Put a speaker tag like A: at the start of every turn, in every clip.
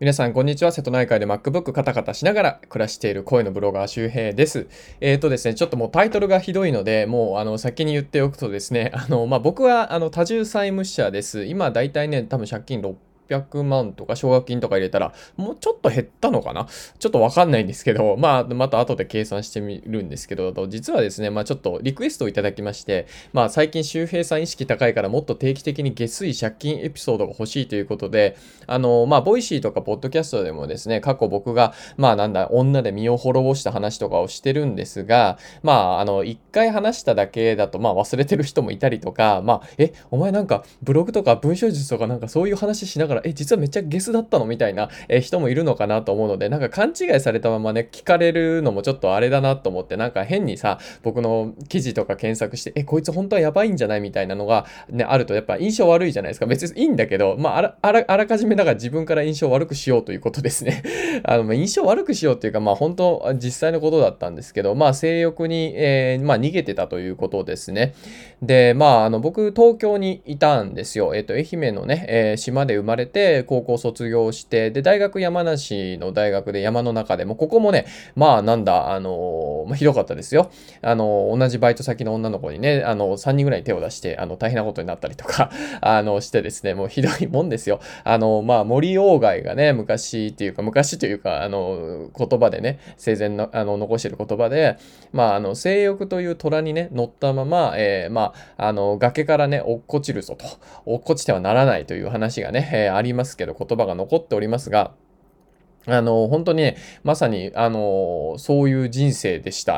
A: 皆さん、こんにちは。瀬戸内海で MacBook カタカタしながら暮らしている声のブロガー周平です。ですね、ちょっともうタイトルがひどいので、もう先に言っておくとですね、僕は多重債務者です。今だいたいね、多分借金600万とか奨学金とか入れたら、もうちょっと減ったのかな、ちょっとわかんないんですけど、また後で計算してみるんですけど、実はですね、ちょっとリクエストをいただきまして、最近周平さん意識高いからもっと定期的に下水借金エピソードが欲しいということで、ボイシーとかポッドキャストでもですね、過去僕が、女で身を滅ぼした話とかをしてるんですが、一回話しただけだと、忘れてる人もいたりとか、お前なんか、ブログとか文章術とかなんかそういう話しながら、実はめっちゃゲスだったのみたいな、人もいるのかなと思うので、なんか勘違いされたままね、聞かれるのもちょっとあれだなと思って、なんか変にさ、僕の記事とか検索して、こいつ本当はやばいんじゃないみたいなのが、ね、あるとやっぱ印象悪いじゃないですか。別にいいんだけど、あらかじめだから自分から印象悪くしようということですね。印象悪くしようっていうか、本当、実際のことだったんですけど、性欲に、逃げてたということですね。で、僕、東京にいたんですよ。愛媛のね、島で生まれて、高校卒業して、で、大学山梨の大学で山の中でも、ここもね、ひどかったですよ。同じバイト先の女の子にね、3人ぐらい手を出して、大変なことになったりとか、してですね、もうひどいもんですよ。森鴎外がね、昔というか、言葉でね、生前の、残してる言葉で、性欲という虎にね、乗ったまま、崖からね、落っこちるぞと、落っこちてはならないという話がね、ありますけど、言葉が残っておりますが、本当にね、まさに、そういう人生でした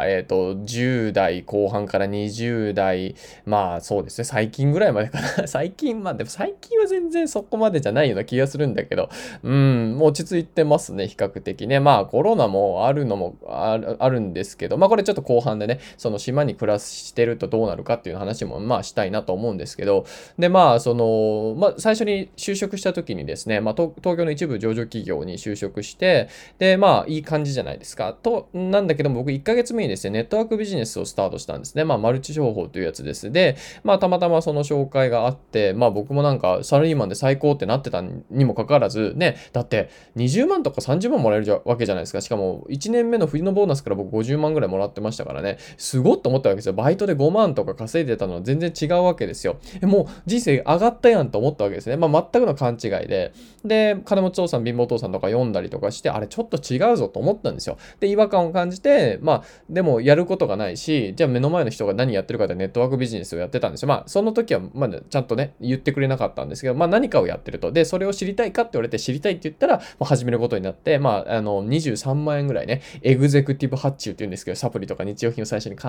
A: 。10代後半から20代、そうですね、最近ぐらいまでかな。でも最近は全然そこまでじゃないような気がするんだけど、もう落ち着いてますね、比較的ね。コロナもあるのもあるんですけど、これちょっと後半でね、その島に暮らしてるとどうなるかっていう話も、したいなと思うんですけど、で、最初に就職した時にですね、東京の一部上場企業に就職して、で、いい感じじゃないですか。なんだけども僕1ヶ月目にですね、ネットワークビジネスをスタートしたんですね。マルチ商法というやつです。で、たまたまその紹介があって、僕もなんかサラリーマンで最高ってなってたにもかかわらず、ね、だって20万とか30万もらえるわけじゃないですか。しかも1年目の冬のボーナスから僕50万ぐらいもらってましたからね、すごっと思ったわけですよ。バイトで5万とか稼いでたのは全然違うわけですよ。もう人生上がったやんと思ったわけですね。全くの勘違いで。で、金持ち父さん、貧乏父さんとか読んだりとかして、あれちょっと違うぞと思ったんですよ。で、違和感を感じて、でもやることがないし、じゃあ目の前の人が何やってるかでネットワークビジネスをやってたんですよ。その時はまだちゃんとね、言ってくれなかったんですけど、何かをやってると。で、それを知りたいかって言われて知りたいって言ったら、始めることになって、23万円ぐらいね、エグゼクティブ発注って言うんですけど、サプリとか日用品を最初に買って、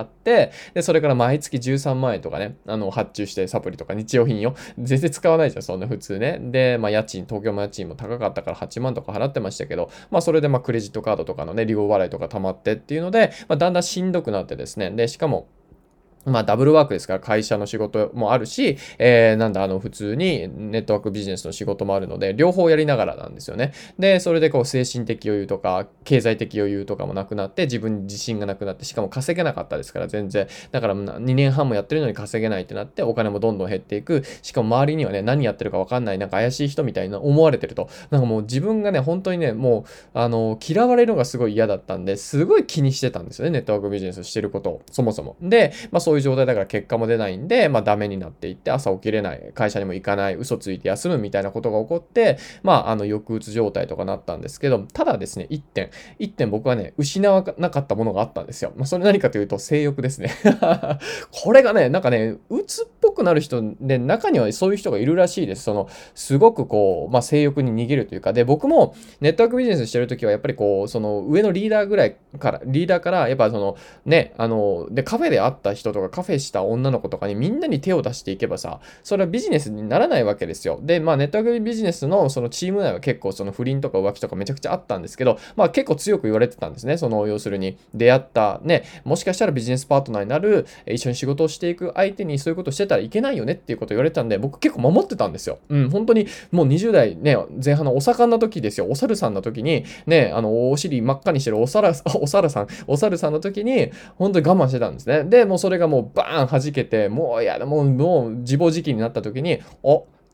A: で、それから毎月13万円とかね、発注してサプリとか日用品を全然使わないじゃん、そんな普通ね。で、東京も家賃も高かったから8万とか払ってましたけど、それでクレジットカードとかのね、利用払いとか溜まってっていうので、だんだんしんどくなってですね、で、しかも、ダブルワークですから、会社の仕事もあるし、普通にネットワークビジネスの仕事もあるので、両方やりながらなんですよね。で、それで精神的余裕とか、経済的余裕とかもなくなって、自分に自信がなくなって、しかも稼げなかったですから、全然。だから2年半もやってるのに稼げないってなって、お金もどんどん減っていく。しかも周りにはね、何やってるかわかんない、なんか怪しい人みたいな思われてると。なんかもう自分がね、本当にね、もう、嫌われるのがすごい嫌だったんで、すごい気にしてたんですよね、ネットワークビジネスをしてることを、そもそも。で、そういう状態だから結果も出ないんで、ダメになっていって、朝起きれない、会社にも行かない、嘘ついて休むみたいなことが起こって、抑うつ状態とかなったんですけど、ただですね、一点僕はね、失わなかったものがあったんですよ。それ何かというと、性欲ですね。これがね、なんかね、鬱っぽくなる人で、中にはそういう人がいるらしいです。すごく性欲に逃げるというか、で、僕もネットワークビジネスしてるときは、やっぱりその上のリーダーから、やっぱね、で、カフェで会った人とか、カフェした女の子とかにみんなに手を出していけばさ、それはビジネスにならないわけですよ。で、ネットワークビジネスのそのチーム内は結構その不倫とか浮気とかめちゃくちゃあったんですけど、結構強く言われてたんですね。要するに出会ったね、もしかしたらビジネスパートナーになる、一緒に仕事をしていく相手にそういうことしてたらいけないよねっていうことを言われてたんで、僕結構守ってたんですよ。本当にもう20代ね、前半のお盛んな時ですよ。お猿さんの時に、ね、お尻真っ赤にしてるお猿さんの時に、本当に我慢してたんですね。で、もうそれがもうバーン弾けて、もう自暴自棄になった時に、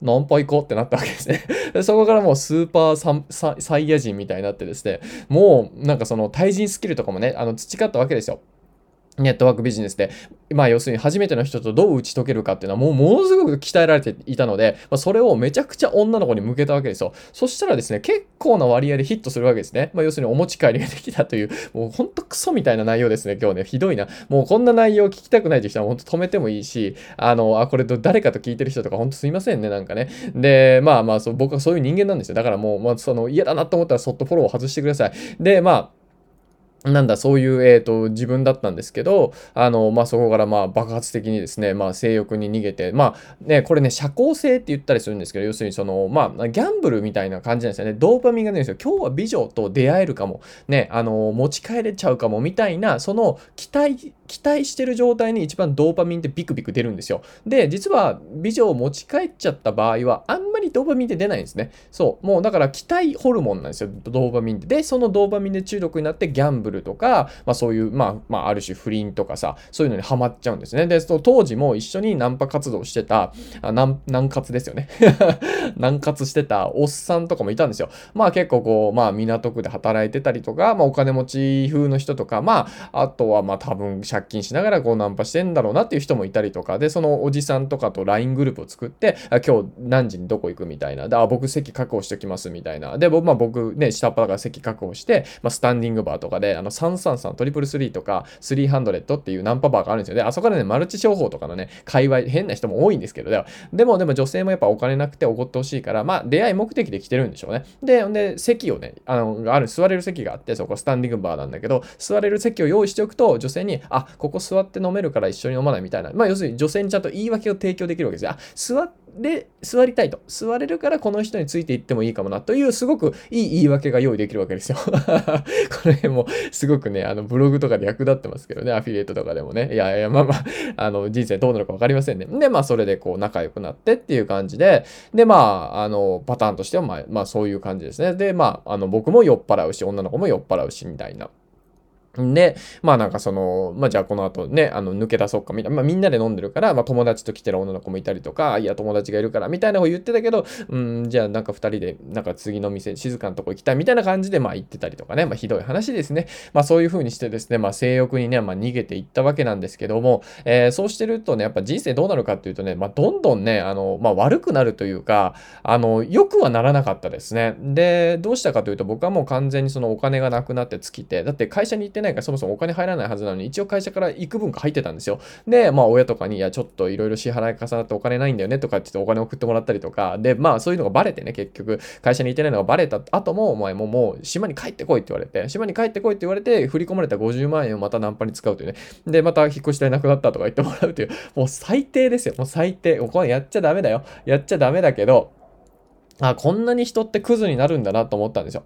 A: ナンパ行こうってなったわけですね。でそこからもうスーパーサイヤ人みたいになってですね、もうなんかその対人スキルとかもね、培ったわけですよ。ネットワークビジネスで、まあ要するに初めての人とどう打ち解けるかっていうのはものすごく鍛えられていたので、それをめちゃくちゃ女の子に向けたわけですよ。そしたらですね、結構な割合でヒットするわけですね。要するにお持ち帰りができたという、もうほんとクソみたいな内容ですね、今日ね。ひどいな。もうこんな内容聞きたくないという人はほんと止めてもいいし、これ誰かと聞いてる人とかほんとすいませんね、なんかね。で、僕はそういう人間なんですよ。だからもう、嫌だなと思ったらそっとフォローを外してください。で、そういう、自分だったんですけど、そこから、爆発的にですね、性欲に逃げて、これね、社交性って言ったりするんですけど、要するにギャンブルみたいな感じなんですよね。ドーパミンが出るんですよ。今日は美女と出会えるかも、ね、持ち帰れちゃうかも、みたいな、その、期待してる状態に一番ドーパミンってビクビク出るんですよ。で、実は、美女を持ち帰っちゃった場合は、あんまりドーパミンって出ないんですね。そう、もうだから期待ホルモンなんですよ、ドーパミンって。で、そのドーパミンで中毒になってギャンブルとか、そういう、ある種不倫とかさ、そういうのにハマっちゃうんですね。で、その当時も一緒にナンパ活動してた、ナン活ですよね。ナン活してたおっさんとかもいたんですよ。結構港区で働いてたりとか、お金持ち風の人とか、あとは多分借金しながらナンパしてんだろうなっていう人もいたりとか、で、そのおじさんとかと LINE グループを作って、今日何時にどこ行くみたいな。で、僕席確保しておきますみたいな。で、僕ね、下っ端だから席確保して、スタンディングバーとかで、333、トリプルスリーとか、300っていうナンパバーがあるんですよ。で、あそこでね、マルチ商法とかのね、界隈、変な人も多いんですけど、でも女性もやっぱお金なくておごってほしいから、出会い目的で来てるんでしょうね。で、席をね、座れる席があって、そこスタンディングバーなんだけど、座れる席を用意しておくと、女性に、ここ座って飲めるから一緒に飲まないみたいな。要するに女性にちゃんと言い訳を提供できるわけですよ。座りたいと。座れるからこの人についていってもいいかもなという、すごくいい言い訳が用意できるわけですよ。これもすごくね、ブログとかで役立ってますけどね、アフィリエイトとかでもね。いやいや、人生どうなるかわかりませんね。で、それで仲良くなってっていう感じで、で、パターンとしては、そういう感じですね。で、僕も酔っ払うし、女の子も酔っ払うし、みたいな。で、じゃあこの後ね、抜け出そうかみたいな、みんなで飲んでるから、友達と来てる女の子もいたりとか、いや、友達がいるから、みたいなこと言ってたけど、じゃあ二人で、次の店、静かなとこ行きたい、みたいな感じで、行ってたりとかね、ひどい話ですね。そういう風にしてですね、性欲にね、逃げていったわけなんですけども、そうしてるとね、やっぱ人生どうなるかっていうとね、どんどんね、悪くなるというか、良くはならなかったですね。で、どうしたかというと、僕はもう完全にそのお金がなくなって尽きて、だって会社に行ってないからそもそもお金入らないはずなのに、一応会社から幾分か入ってたんですよ。で、親とかに、いや、ちょっといろいろ支払い重なってお金ないんだよねとかって言ってお金送ってもらったりとか、で、そういうのがバレてね、結局、会社に行ってないのがバレた後も、お前もう島に帰ってこいって言われて、島に帰ってこいって言われて、振り込まれた50万円をまたナンパに使うというね。で、また引っ越し代なくなったとか言ってもらうという、もう最低ですよ。もう最低。これやっちゃダメだよ。やっちゃダメだけど、こんなに人ってクズになるんだなと思ったんですよ。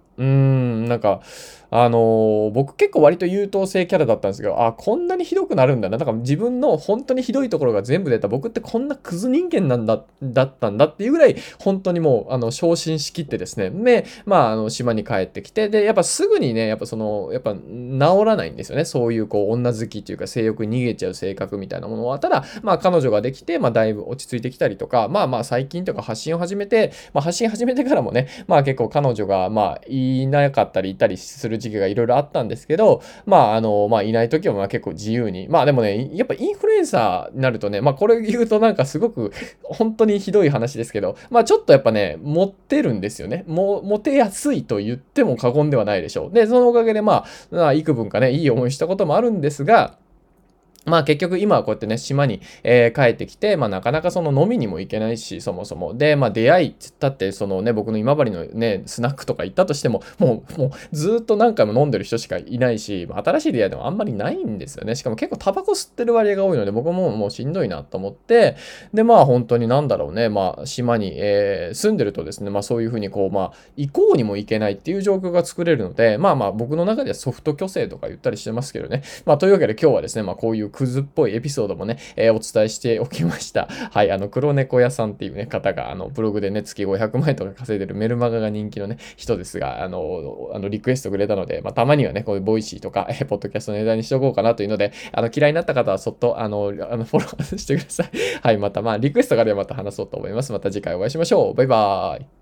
A: 僕結構割と優等生キャラだったんですけど、こんなにひどくなるんだな。自分の本当にひどいところが全部出た。僕ってこんなクズ人間だったんだっていうぐらい、本当にもう、昇進しきってですね。で、島に帰ってきて、で、やっぱすぐにね、やっぱ治らないんですよね。そういう女好きというか性欲に逃げちゃう性格みたいなものは。ただ、彼女ができて、だいぶ落ち着いてきたりとか、最近とか発信を始めて、発信始めてからもね、結構彼女が、いなかったりいたりする時期がいろいろあったんですけど、いない時は結構自由に。でもね、やっぱインフルエンサーになるとね、これ言うとなんかすごく、本当にひどい話ですけど、ちょっとやっぱね、モテるんですよね。モテやすいと言っても過言ではないでしょう。で、そのおかげで幾分かね、いい思いしたこともあるんですが、結局今はこうやってね、島に、帰ってきて、なかなかその飲みにも行けないし、そもそも。で、出会いっつったって、そのね、僕の今治のね、スナックとか行ったとしても、もうずーっと何回も飲んでる人しかいないし、新しい出会いでもあんまりないんですよね。しかも結構タバコ吸ってる割合が多いので、僕ももうしんどいなと思って、で、本当になんだろうね、島に、住んでるとですね、そういうふうに行こうにも行けないっていう状況が作れるので、僕の中ではソフト虚勢とか言ったりしてますけどね。というわけで今日はですね、こういうクズっぽいエピソードもね、お伝えしておきました。はい、黒猫屋さんっていうね、方が、ブログでね、月500万円とか稼いでるメルマガが人気のね、人ですが、リクエストくれたので、まあ、たまにはね、こういうボイシーとか、ポッドキャストの値段にしておこうかなというので、嫌いになった方はそっと、フォローしてください。はい、また、まあ、リクエストがあればまた話そうと思います。また次回お会いしましょう。バイバーイ。